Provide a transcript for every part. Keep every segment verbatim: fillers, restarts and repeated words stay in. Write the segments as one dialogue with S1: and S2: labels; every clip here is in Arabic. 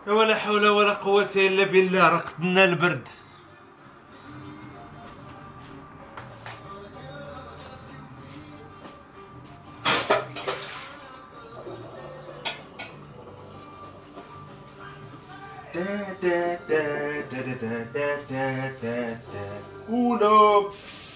S1: ولا حول ولا قوة إلا بالله، رقدنا البرد. دا دا دا دا دا دا دا دا دا قولوا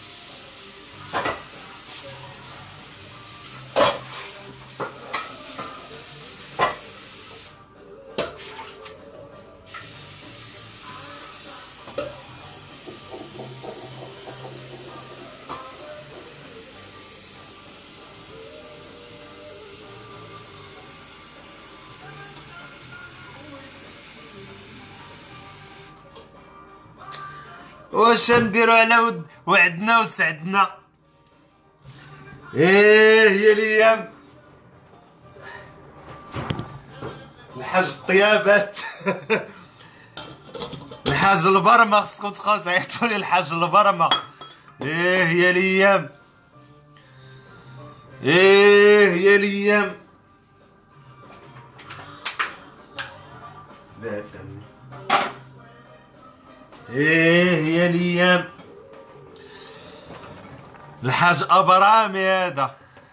S1: واش نديرو على ود وعدنا وسعدنا. ايه هي الايام الحاج الطيابات الحاج البرمه، خصكم تبقاو تعيطوا لي الحاج البرمه. ايه هي الايام، ايه هي الايام. لا تم. ايه هي الايام. الحاج ابرامي هذا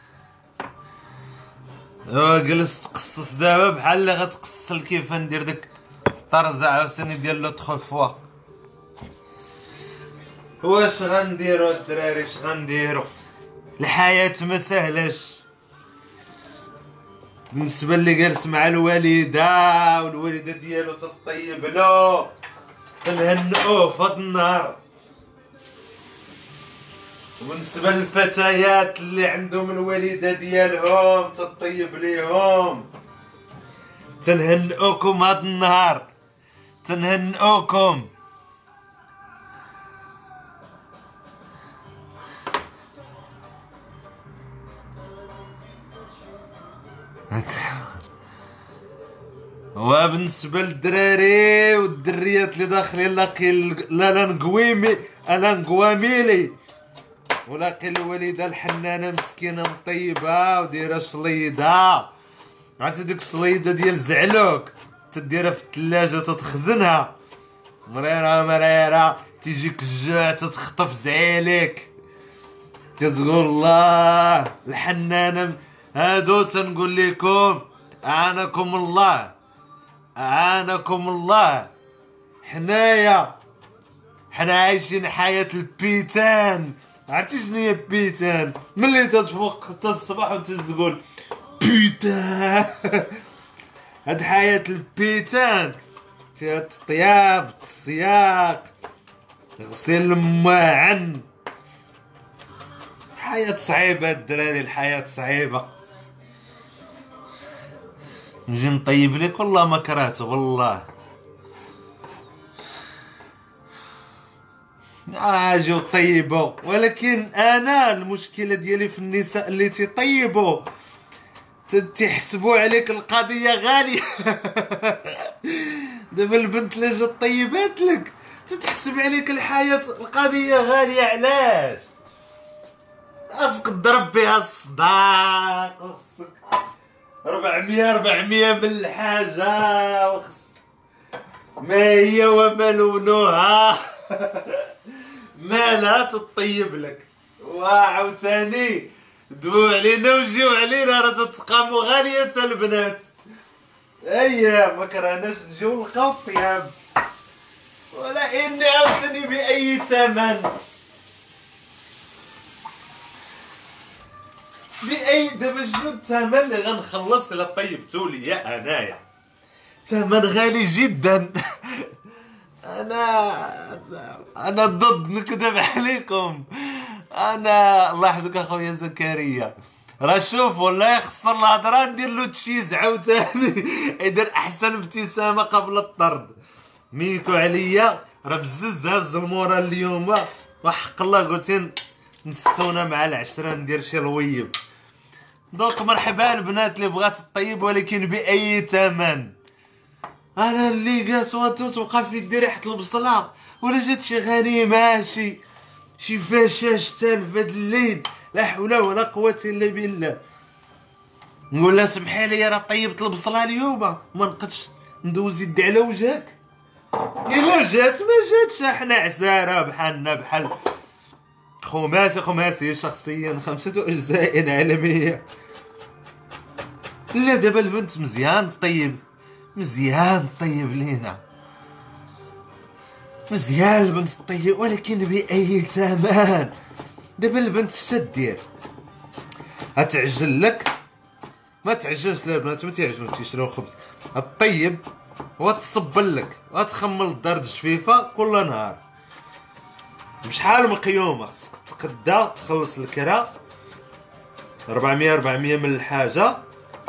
S1: جلست تقصص دابا بحال اللي غتقصص كيف ندير داك الطرزه عاوتاني ديال لوطخ فوا. واش غنديرو الدراري، اش غنديرو؟ الحياة ما سهلاش. بالنسبه اللي جالس مع الوالده والوالده ديالو تطيب له، تنهنئوه في هاد النهار. وبالنسبه للفتيات اللي عندهم الوالده ديالهم تطيب ليهم، تنهنئوكم هاد النهار، تنهنئوكم. وبالنسبه للدراري والدريات اللي داخلين لاقي لا نقويمي انا نقواميلي، ولاقي الوالده الحنانه مسكينه مطيبه ودايره شليضه. عرفتي ديك الشليضه ديال زعلوك تديرها في الثلاجه تتخزنها مريره مريره، تيجيك الجوع تتخطف زعيلك، تتقول الله الحنانه. هادو تنقول لكم اعانكم الله، اعانكم الله. حنايا حنا عايشين حياة البيتان. عرفتي شنو هي بيتان؟ ملي تتفوق الصباح وتقول بيتان. هاد حياة البيتان فيها التطياب، التصياق، غسيل الماعن. حياة صعيبة الدراري، الحياة صعيبة. نجي نطيب لك والله ما كرهته والله. اجيو طيبوا، ولكن انا المشكله ديالي في النساء اللي تيطيبوا تيحسبوا عليك القضيه غاليه. دابا البنت اللي جات طيبات لك تتحسب عليك الحياه القضيه غاليه. علاش؟ خاصك تضرب بها الصداق، وخصك ربعمية ربعمية من الحاجه، وخص ما هي وما لونها. مالها تطيب لك وعاوتاني دبو علينا وجيو علينا، راه تتقامو غالية البنات. اييه ما كرهناش نجيو نلقاو الطياب، ولكن عاوتاني بأي ثمن، بأي. دابا شنو الثمن اللي غنخلص الا طيبتو ليا انايا؟ ثمن غالي جدا. انا انا ضد نكذب عليكم. انا الله يحفظك اخويا زكريا، راه شوف والله يخسر الهضره ندير له تشيز عاوتاني يدير احسن ابتسامه قبل الطرد. ميكو عليا راه بزز هز المورال اليوم، وحق الله قلت نستونا مع العشره ندير شي رويب. دونك مرحبا البنات اللي بغات تطيب، ولكن باي ثمن. انا اللي قاسواتو توقع في يدي ريحه البصله، ولا جات شي غني ماشي شي فشاش تال في هاد الليل، لا حول ولا قوه الا بالله. نقول لها سمحي لي راه طيبت البصله اليوم، ما نقدش ندوز يدي على وجهك. الا جات ما جاتش احنا عساره بحالنا بحال خماسي خماسي شخصيا خمسة اجزاء عالميه. لا دابا البنت مزيان طيب مزيان طيب لينا مزيان البنت طيب، ولكن بأي ثمن؟ دابا البنت اش دير؟ هتعجل لك؟ ما تعجلش لا البنات ما تيعجبوش يشريو الخبز. الطيب وتصبل لك وتخمل الدار جفيفه كل نهار بشحال مقيومه. خصك تقدا تخلص الكرا أربعمية أربعمية من الحاجه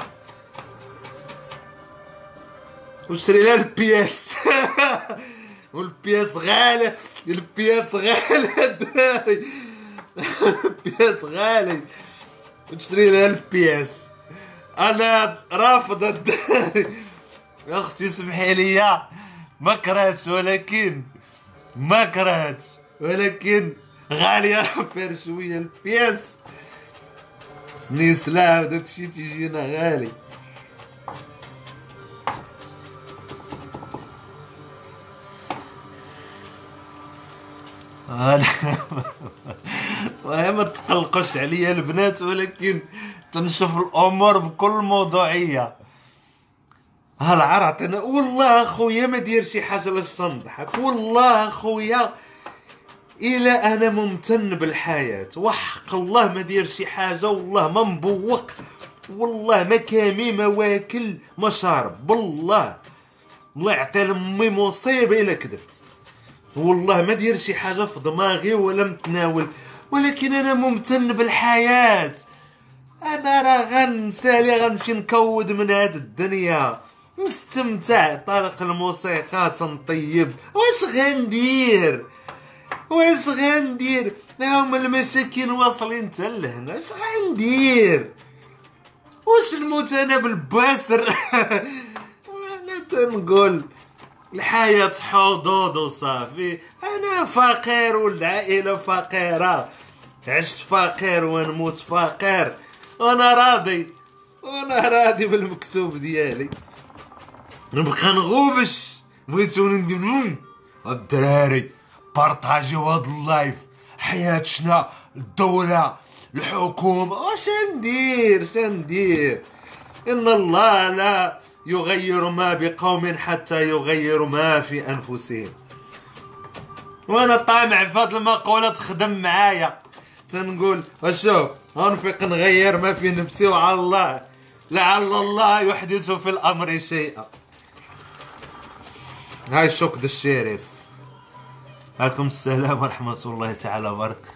S1: وتشري لها البياس. والبياس غالي البياس غالي الدراري. البياس غالي وتشري لها البياس. انا رافض الدراري. اختي سمحي لي ما كرهتش ولكن ما كرهتش ولكن غاليه فير شويه البياس سنيسلا وداكشي تيجينا غالي. انا ما تقلقوش عليا البنات، ولكن تنشوف الامور بكل موضوعيه. ها العار عطينا والله اخويا ما دير شي حاجه لاش تنضحك. والله اخويا الا انا ممتن بالحياه وحق الله ما دير شي حاجه. والله ما مبوق والله ما كامي ما واكل ما شارب. بالله الله يعطي لامي مصيبه الا كذبت. والله ما دير شي حاجه في دماغي ولا متناول، ولكن انا ممتن بالحياه. انا راه غنسالي غنمشي نكود من هاد الدنيا مستمتع طارق الموسيقى تنطيب. واش غندير واش غندير هما المشاكل واصلين حتى لهنا. واش غندير واش نموت انا بالباسر؟ انا تنقول الحياة حظوظ وصافي. انا فقير والعائلة فقيرة، عشت فقير ونموت فقير وانا راضي وانا راضي بالمكتوب ديالي. نبقى نغوبش بغيتوني ندير الدراري بارطاجيو هاد اللايف حياتنا الدولة الحكومة. واش ندير شندير؟ ان الله لا يغير ما بقوم حتى يغيروا ما في انفسهم. وانا طامع في هاد المقولة تخدم معايا. تنقول وشوف غنفيق نغير ما في نفسي وعلى الله لعل الله يحدث في الامر شيئا. هاي شوك الشريف. عليكم السلام ورحمة الله تعالى وبركاته.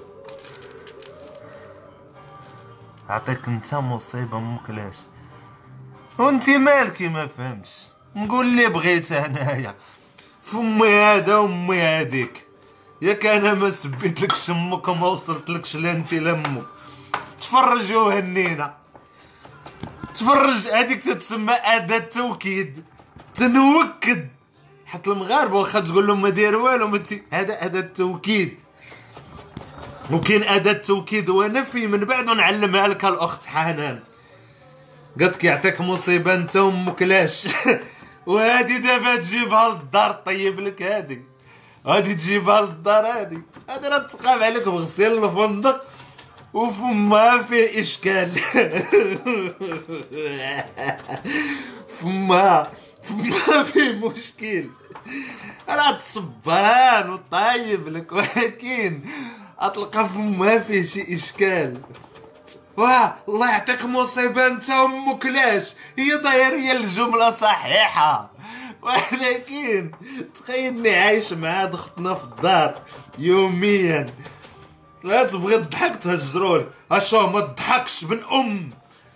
S1: عطيك انت مصيبة مكلاش وانتي مالكي ما فهمتش. نقول اللي بغيت انايا فمي هذا وامي هذيك. ياك انا ما سبيتلكش امك وما وصلتلكش لا انتي لا امك. تفرج وهنينا تفرج. هذيك تتسمى اداة توكيد. تنوكد حتى المغاربه واخا تقول لهم ما داير والو متي هذا اداة توكيد. وكاين اداة توكيد ونفي من بعد ونعلمها لك الاخت حنان. قالت يعطيك مصيبه انت وامك لاش. وهادي دابا تجيبها للدار طيب لك. هادي هادي تجيبها للدار. هادي هادي راه تقام عليك بغسيل الفندق وفمها فيه اشكال. فمها فمها فيه مشكل. راه تصبان وطايب لك ولكن اطلقها فمها فيه شي اشكال. واه الله يعطيك مصيبه انت وامك لاش. هي داير هي الجمله صحيحه ولكن تخيلني عايش مع هاد اختنا في الدار يوميا. لا تبغي تضحك تهجرولك. اشو ما تضحكش بالام.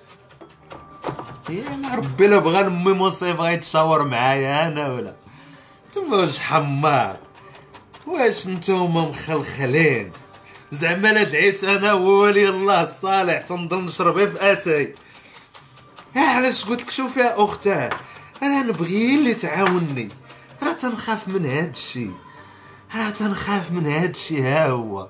S1: يا ربي لا بغى امي مصيبه غيتشاور معايا انا ولا نتوما. واش حمار واش نتوما مخلخلين؟ زعما لا دعيت انا وولي الله الصالح تنضل نشرب في اتاي. علاش قلت لك شوفي يا اختاه انا نبغي اللي تعاونني. راه تنخاف من هاد الشيء راه تنخاف من هاد الشيء. ها هو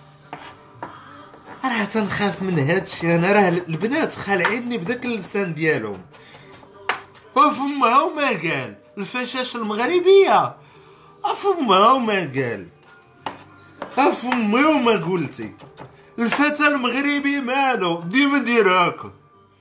S1: راه تنخاف من هاد الشيء. انا راه البنات خالعيني بداك اللسان ديالهم. وفمها وما قال الفشاش المغربيه، افمها وما قال، افمي وما قلتي الفتى المغربي مالو ديما دير هاكا.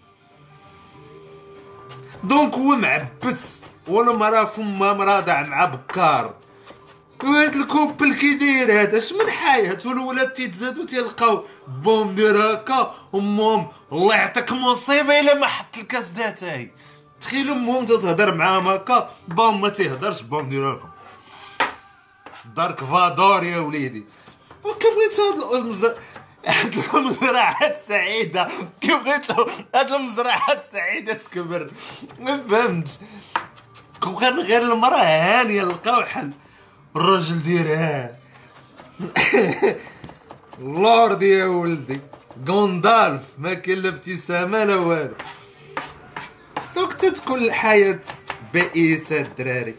S1: دونك هو معبس ولا مرا فمها مراضع مع بكار، وهاد الكوبل كي داير هذا اش من حياة، والولاد تيتزادو تيلقاو بوم دير هكا امهم الله يعطيك مصيبه الا ما حط الكاس داتاي. تخيل امهم تتهضر معاهم هكا بوم ما تيهضرش بوم دير هكا دارك فادور يا وليدي. وكبغيتو هاد المزرعه هاد المزرعه السعيده كبغيتو هاد المزرعه السعيده تكبر ما فهمتش. كون كان غير المراه هانيه لقاو حل الراجل ديرها اللورد يا ولدي غوندالف ما كاين لا ابتسامه لا والو. دوك تتكون الحياه بائسه الدراري.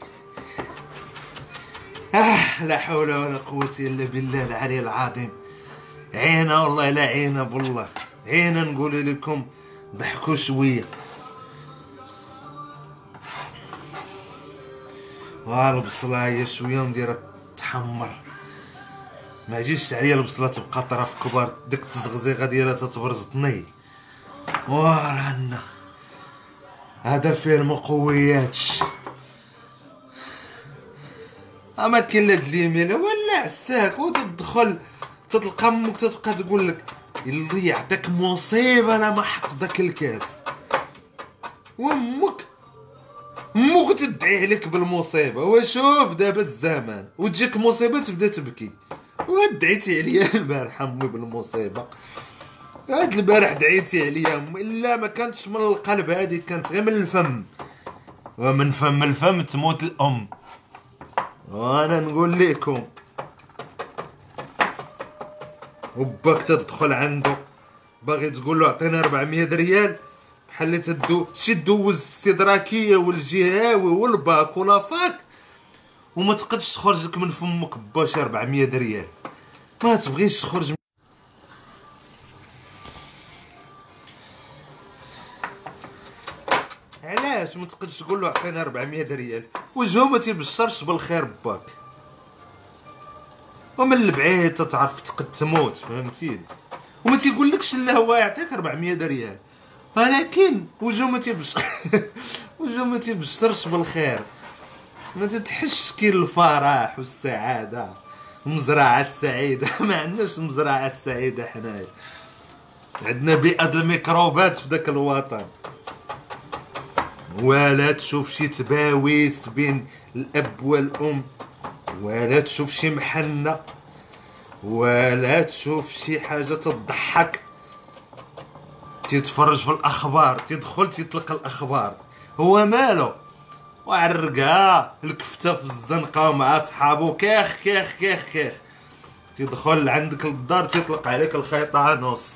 S1: آه لا حول ولا قوة إلا بالله العلي العظيم. عينا والله لا عينا بالله، عينا نقول لكم ضحكوا شوية. والبصلة هي شوية نديرها تحمر، ما جيش عليا البصلة تبقى طرف كبار، ديك التزغزيغة ديالها تتبرز طني. ورانا هذا فيه المقوياتش. اما كاين لا دليميله ولا عساك وتدخل تتلقى امك تتبقى تقول لك يلي يعطيك مصيبه انا ما حط داك الكاس، وامك امك تدعي عليك بالمصيبه. وشوف دابا الزمان وتجيك مصيبه تبدا تبكي. ودعيتي عليا البارح امي بالمصيبه، هاد البارح دعيتي عليا امي الا ما كانتش من القلب، هذه كانت غير من الفم، ومن فم الفم تموت الام. وانا نقول لكم وباك تدخل عنده باغي تقول له عطينا أربعمية ريال بحال اللي تدو شي دوز الاستدراكيه والجهاوي والباك ولافاك وما تقدش تخرج لك من فمك باش أربعمية ريال، ما تبغيش تخرج. علاش ما تقدش تقول له عطينا أربعمية ريال؟ وجهه ما تيبشرش بالخير باك، ومن البعيد تتعرف تقد تموت فهمتيني، وما تيقولكش لا هو يعطيك أربعمية ريال، ولكن وجهه ما تيبشر وجهه ما تيبشرش بالخير. ما تتحش كاين الفرح والسعاده، المزرعه السعيده ما عندناش المزرعه السعيده حنايا، عندنا بيئه الميكروبات في داك الوطن. ولا تشوف شي تباويس بين الاب والام، ولا تشوف شي محنه، ولا تشوف شي حاجه تضحك. تيتفرج في الاخبار، تيدخل تيطلق الاخبار، هو مالو وعرقها الكفته في الزنقه مع صحابو كيخ كيخ كيخ كيخ. تيدخل عندك للدار تيطلق عليك الخيطه نص،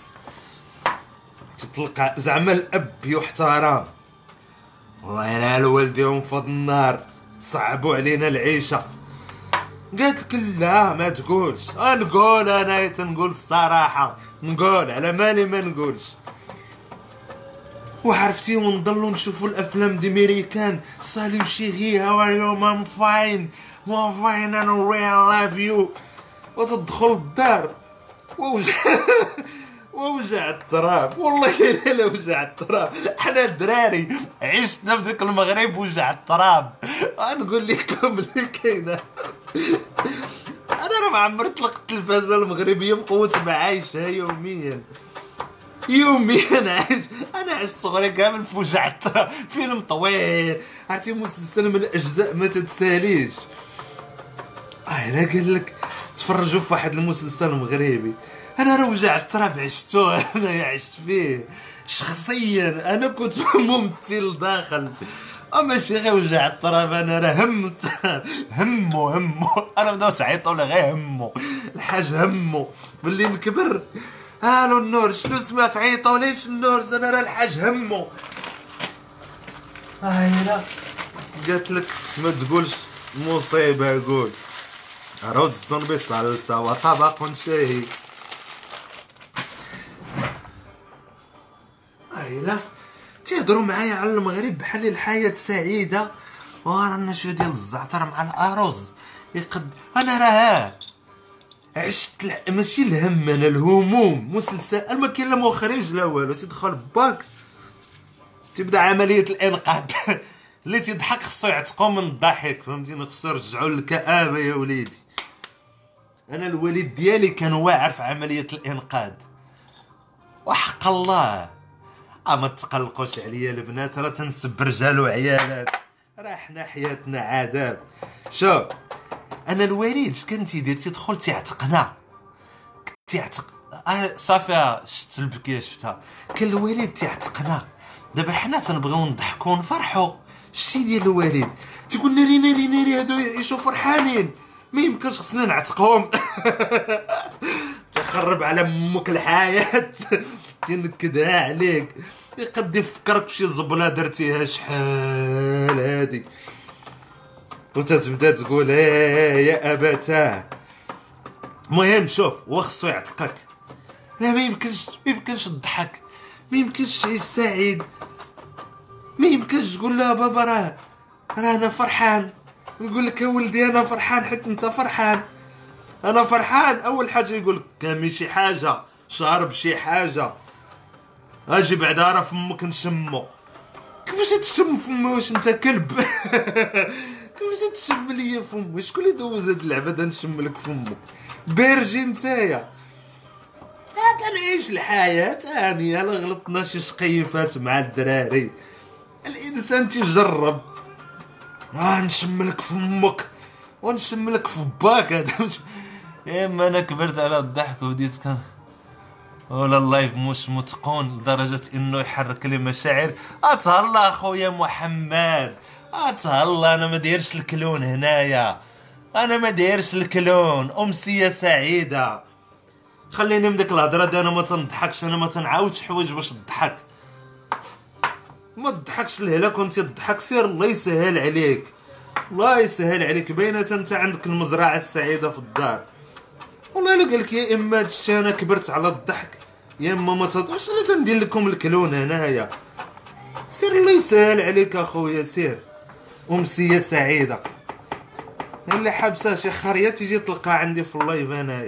S1: تطلق زعما الاب يحترم. الله ينال والديهم فض النار صعبوا علينا العيشه. قالت لك لا ما تقولش. نقول انا تنقول الصراحه، نقول على مالي ما نقولش. وعرفتي ونضلوا نشوفوا الافلام دي ميريكان ساليو شيغي هاو ار يو مام فاين مام فاين انا ريال لاف يو، وتدخل الدار ووجع ووجع التراب. والله الا وجع التراب، حنا الدراري عشنا بديك المغرب وجع التراب. نقول لكم اللي كاينه انا راه ما عمرت طلقت التلفازه المغربيه بقوه معايشها يوميا يوميا عايش. انا عشت صغري كامل في وجع التراب، فيلم طويل عرفتي مسلسل من الاجزاء ما تتساليش. اه انا قال لك تفرجوا في واحد المسلسل مغربي، انا راه وجع التراب عشتوه انا عشت فيه شخصيا، انا كنت ممثل داخل. اما شي غير وجع التراب انا راه همت همو همو انا بداو تعيطوا لي غير همو الحاج همو ملي نكبر. الو النور شنو سمعت عيطوا ليش النور؟ انا راه الحاج همو. هايلا قالت لك ما تقولش مصيبه، قول رز بصلصه وطبق شهي. هايلا تيهضروا معايا على المغرب بحال الحياه سعيده، ورانا شويه ديال الزعتر مع الارز يقد. انا راه عشت ل... ماشي الهم، انا الهموم مسلسل ما كاين لا مخرج لا والو. تدخل باك تبدا عمليه الانقاذ اللي تيضحك خصو يعتقو من الضحك، فهمتيني؟ خصو يرجعو للكآبه يا وليدي. انا الوالد ديالي كان واعر في عمليه الانقاذ، وحق الله اه ما تقلقوش عليا البنات، راه تنسب رجال وعيالات، راه حنا حياتنا عذاب. شوف انا الوالد اش كان تيدير؟ تيدخل تيعتقنا، تيعتق آه صافي شفت البكيه شفتها. كان الوالد تيعتقنا، دابا حنا تنبغيو نضحكو ونفرحو. شتي ديال الوالد تيقول ناري ناري ناري هادو يعيشوا فرحانين، ما يمكنش خصنا نعتقهم. تخرب على امك الحياه، تنكدها عليك، يقد يفكرك بشي زبله درتيها شحال هادي، وتتبدا تقول ايه يا ابتاه. المهم شوف، هو خصو يعتقك. لا ما يمكنش، ما يمكنش تضحك، ما يمكنش تعيش سعيد، ما يمكنش تقول له بابا راه راه انا فرحان. يقول لك يا ولدي انا فرحان حيت انت فرحان. انا فرحان اول حاجه يقول لك كامل شي حاجه، شارب شي حاجه، اجي بعدا راه فمك نشمو. كيفاش تشم فمي؟ واش انت كلب؟ كيفاش تشم ليا فمي؟ شكون اللي دوز هاد اللعبه دا نشم لك فمك؟ بيرجي نتايا. ها تنعيش الحياه هانيه، لا غلطنا شي شقيفات مع الدراري، الانسان تيجرب. ها نشم لك فمك ونشم لك في باك. هذا اما انا كبرت على الضحك وبديت كان ولا اللايف مش متقون لدرجه انه يحرك لي مشاعر. اتهلا اخويا محمد، اتهلا، انا ما دايرش الكلون هنايا، انا ما دايرش الكلون. امسيه سعيده. خليني من ديك الهضره دي، انا ما تنضحكش، انا ما تنعاودش حوايج باش تضحك. ما تضحكش الهلاك وانت تضحك، سير الله يسهل عليك، الله يسهل عليك. بينات انت عندك المزرعه السعيده في الدار. والله الا قالك يا اما هادشي انا كبرت على الضحك، يا اما ما تضحكش. انا تندير لكم الكلون هنايا. سير الله يسهل عليك اخويا، سير. امسيه سعيده. اللي حابسه شي خريه تيجي تلقى عندي في اللايف انايا.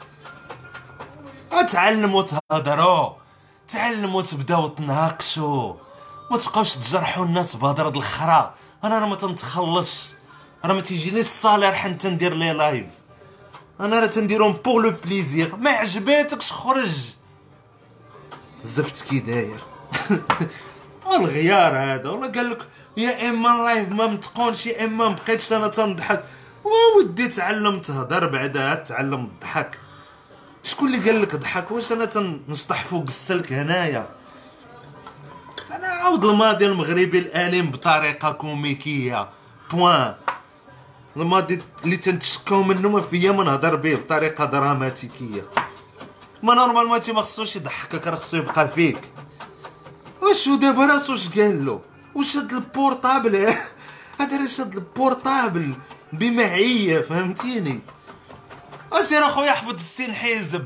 S1: اتعلموا تهضروا، تعلموا تبداو تناقشوا، ما تبقاوش تجرحوا الناس بهضره د الخرا. انا راه ما تنتخلصش، راه ما تيجيني الصالير حتى ندير لي لايف. انا راه تنديرهم بوغ لو بليزير. ما عجباتكش خرج، زفت كي داير. الغيار هذا والله قال لك يا اما اللايف ما متقونش، يا اما ما بقيتش انا تنضحك. وودي تعلم تهضر بعدا تعلم الضحك. شكون اللي قال لك ضحك؟ واش انا تنشطح فوق السلك هنايا؟ انا عاود الماضي المغربي الاليم بطريقه كوميكيه بوان. الماضي اللي تنتشكاو منه ما فيا ما نهضر به بطريقه دراماتيكيه. ما نورمالمون تي ما خصوش يضحكك، راه خصو يبقى فيك. واش هو دابا راسو اش قال له؟ واش هاد البورطابل هذا راه شاد البورطابل بمعيه، فهمتيني؟ اسير اخويا حفظ ستين حزب،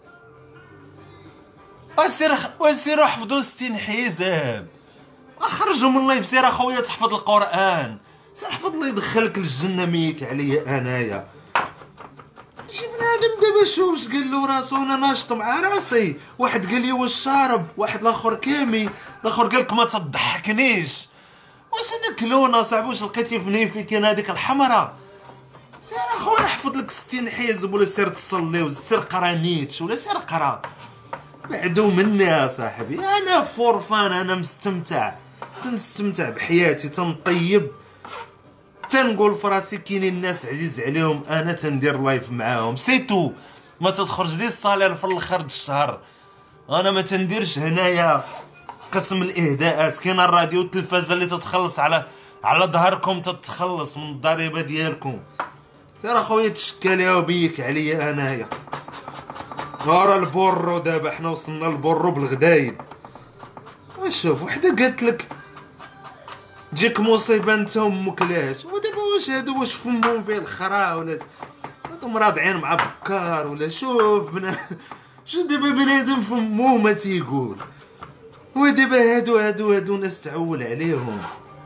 S1: اسير واسير حفظوا ستين حزب، اخرجوا من اللايف. سير اخويا تحفظ القران، سير حفظ الله يدخلك للجنه ميك عليا انايا. شي بنادم دابا شوف اش قال له راسو. انا ناشط مع راسي. واحد قال لي واش شارب، واحد الاخر كامي، الاخر قال لك ما تضحكنيش. واش انا كلونه صاحبي؟ واش لقيتي في نيفي كاين هذيك الحمراء؟ سير اخويا حفظ لك ستين حزب، ولا سير تصلي، ولا سير قرا نيتش، ولا سير قرا. بعدو مني يا صاحبي، انا فورفان، انا مستمتع، تنستمتع بحياتي، تنطيب، تنقول فراسي كاينين الناس عزيز عليهم، انا تندير لايف معاهم سيتو. ما تتخرج لي الصالير في الاخر د الشهر. انا ما تنديرش هنايا قسم الاهداءات. كاين الراديو والتلفازه اللي تتخلص على على ظهركم، تتخلص من الضريبه ديالكم. سير اخويا تشكى ليها وبيك عليا انايا. راه البورو دابا حنا وصلنا للبورو بالغدايد. وشوف وحده قالت لك تجيك مصيبه انت وامك لاش. ودابا واش هادو واش فمهم فيه الخرا، ولا هادو مراضعين مع بكار، ولا شوف بنا شو دابا بنادم فمو ما تيقول. ودابا هادو هادو هادو ناس تعول عليهم.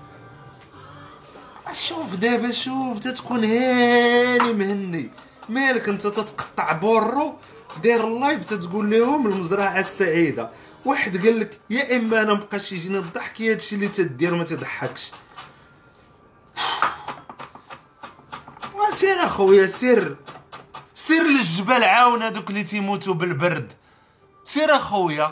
S1: شوف دابا شوف تتكون هاني مهني، مالك انت تتقطع بورو داير اللايف تتقول لهم المزرعه السعيده، واحد قال لك يا اما انا مبقاش يجيني الضحك يا هادشي اللي تدير ما تضحكش. وسير اخويا سير سير للجبال عاون هادوك اللي تيموتوا بالبرد، سير اخويا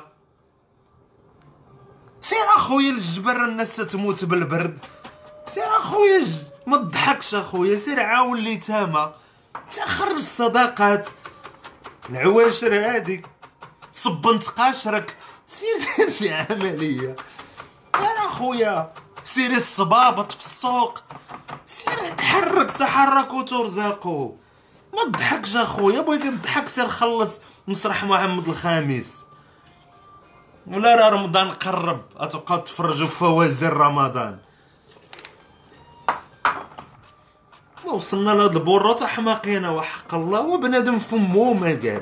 S1: سير اخويا للجبل الناس تموت بالبرد، سير اخويا ما تضحكش اخويا، سير عاون اليتامى، سير خرج الصداقات العواشر هادي، صبنت قاشرك، سير دير شي عمليه يا اخويا، سير الصبابط في السوق، سير تحرك تحركوا ترزقوا، ما تضحكش اخويا، بغيتي تضحك سير خلص مسرح محمد الخامس، ولا راه رمضان قرب غتبقاو تفرجوا في فوازير رمضان. ما وصلنا لهاد البورو تا حماقينا وحق الله، وبنادم فمو ما قال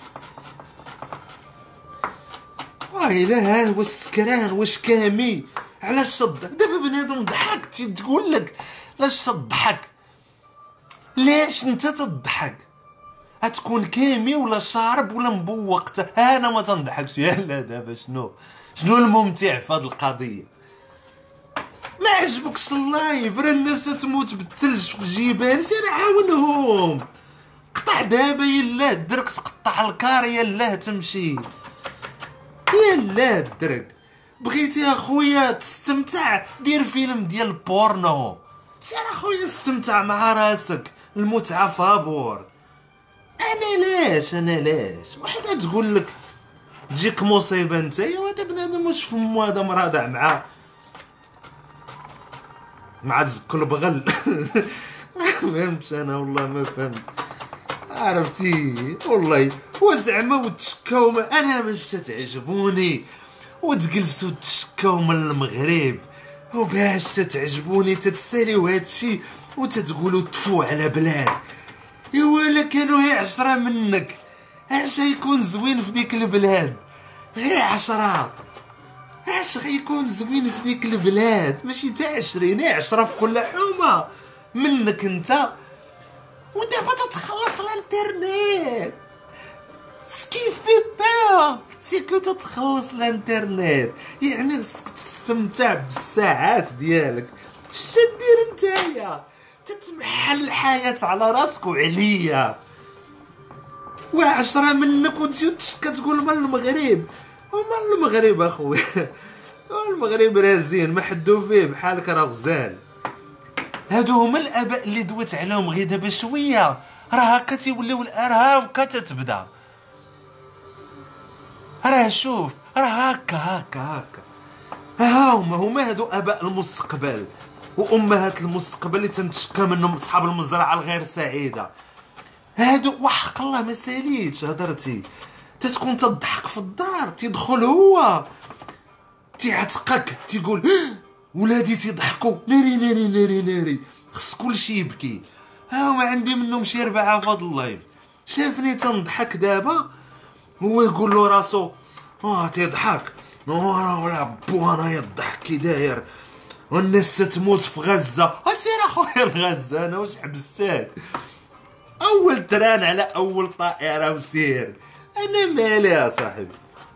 S1: واي لا هذا هو السكران واش كامي علاش تضحك دابا بنادم ضحك تقول لك علاش تضحك، ليش انت تضحك؟ غتكون كامي ولا شارب ولا مبوق؟ انا ما تنضحكش. يلا دابا شنو شنو الممتع في هذه القضيه؟ ما عجبكش اللايف راه الناس تموت بالثلج في الجبال، سير عاونهم، قطع دابا يلاه درك تقطع الكار يلاه تمشي، يلاه درك بغيتي اخويا تستمتع دير فيلم ديال بورنو، سير اخويا استمتع مع راسك، المتعه فابور. انا لاش انا لاش وحده تقول لك تجيك مصيبه نتايا، وهذا بنادم واش فمو هذا مرادع مع مع زك البغل. ما فهمتش انا والله ما فهمت، عرفتي والله وزعما وتشكاو انا باش تتعجبوني وتجلسوا تشكاو من المغرب وباش تتعجبوني تتساليو هادشي وتتقولوا تفو على بلاد، يا ولا كانوا هي عشرة منك، اش غيكون زوين في ديك البلاد؟ غير عشرة، اش غيكون زوين في ديك البلاد؟ ماشي تا عشرين، عشرة في كل حومة منك انت. ودابا تتخلص الانترنت، سكيفي با سيكو تتخلص الانترنت، يعني خصك تستمتع بالساعات ديالك. اش دير نتايا؟ تتمحل الحياة على راسك وعليا، وعشرة منك وتجي تشكى تقول من المغرب، ومن المغرب اخويا، المغرب راه زين ما حدو فيه بحالك راه غزال. هادو هما الاباء اللي دويت عليهم غير دابا شويه، راه هكا تيوليو الارهاب كتتبدا، راه شوف راه هكا هكا هكا، ها هما هما هادو اباء المستقبل وامهات المستقبل اللي تنتشكى منهم اصحاب المزرعه الغير سعيده. هادو وحق الله ما ساليتش هضرتي، تتكون تضحك في الدار تيدخل هو تيعتقك تيقول ولادي تيضحكوا ناري ناري ناري ناري، خص كلشي يبكي. ها هما عندي منهم شي ربعه في هاد اللايف، شافني تنضحك دابا هو يقول له راسو اه تيضحك، ولا بو انايا الضحك كي داير والناس تموت في غزه. اسير اخويا لغزه انا واش حبستك؟ اول تران على اول طائره وسير، انا مالي يا صاحبي.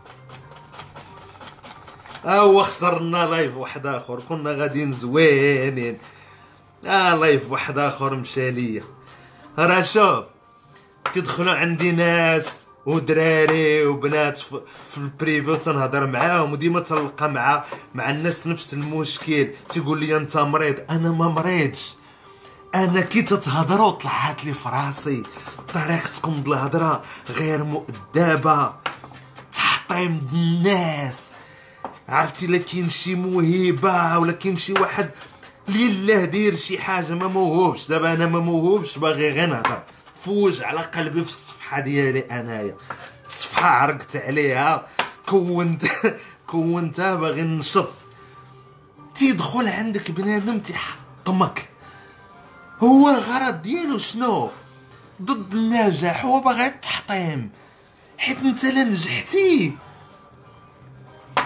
S1: هو خسرنا لايف واحد اخر كنا غاديين زوينين، اه لايف واحد اخر مشى ليا. راه شوف تدخلوا عندي ناس ودراري وبنات في, في البريفي تنهضر معاهم، وديما تلقى مع مع الناس نفس المشكل، تيقول لي انت مريض، انا ما مريضش، انا كي تتهضروا طلعات لي في راسي طريقتكم د الهضره غير مؤدبه، تحطيم الناس، عرفتي؟ لا كاين شي موهبه ولا كاين شي واحد لله داير شي حاجه ما موهوبش، دابا انا ما موهوبش باغي غير نهضر، فوج على قلبي في الصفحه ديالي انايا، الصفحه عرقت عليها كونت كونتها باغي نشط. تيدخل عندك بنادم تيحطمك، هو الغرض ديالو شنو؟ ضد النجاح، هو باغي التحطيم، حيت انت لا نجحتي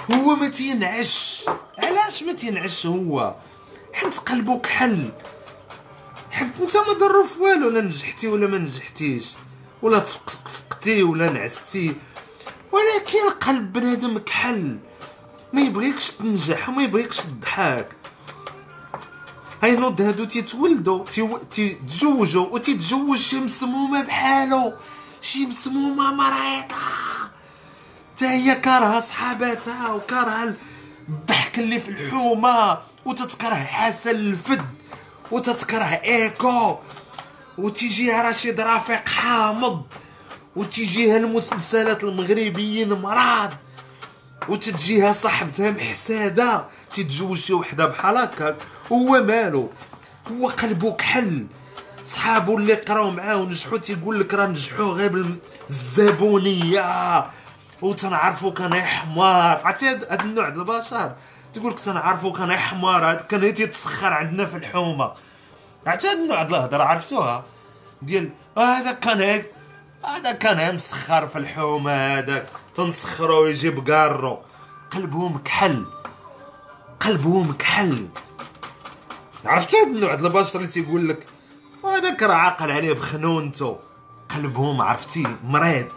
S1: هو ما تينعش. علاش ما تينعش هو؟ حيت قلبو كحل، حيت انت ما ضرو في والو، لا نجحتي ولا ما نجحتيش، ولا فقتي ولا نعستي، ولكن قلب بنادم كحل، ما يبغيكش تنجح وما يبغيكش تضحك. هاي نوض هادو تيتولدوا تيتزوجوا وتيتزوج شي مسمومه بحالو، شي مسمومه مريضه تا هي كارهه صحاباتها وكارهه الضحك اللي في الحومه وتتكره حسن الفد وتتكره ايكو، وتيجيها رشيد رفيق حامض، وتيجيها المسلسلات المغربيين مراض، وتتجيها صاحبتها محساده تتزوج شي وحده بحال هكاك. هو مالو؟ هو قلبو كحل. صحابو اللي قراو معاه ونجحو تيقول لك راه نجحو غير بالزبونيه وتنعرفو كان حمار. عرفتي هاد النوع د البشر تقول لك تنعرفو كان حمار، هذا كان تيتسخر عندنا في الحومه. عرفتي هاد النوع د الهضره عرفتوها ديال هذا كان هيك، هذا كان مسخر في الحومه، هذاك تنسخرو يجيب كارو. قلبهم كحل، قلبهم كحل. عرفتي هاد النوع د البشر اللي تيقول لك هذاك راه عاقل عليه بخنونته، قلبهم عرفتي مريض.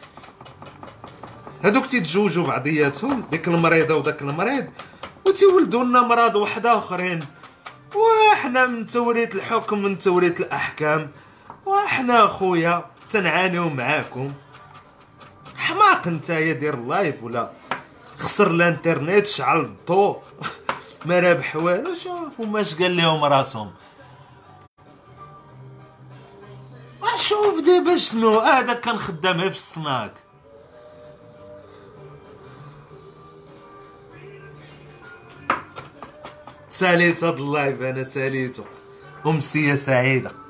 S1: هادوك تيتزوجوا بعضياتهم، ديك المريضه وداك المريض، وتيولدوا لنا مرض واحد اخرين، وحنا من توريث الحكم من توريث الاحكام، وحنا خويا تنعانيو معاكم. حماق نتايا دير اللايف ولا خسر الانترنت شعل الضوء ما رابح والو. شوف وماش قال لهم راسهم. شوف دابا شنو هذا كان خدامها في السناك. ساليت هاد اللايف، انا ساليته. امسيه سعيده.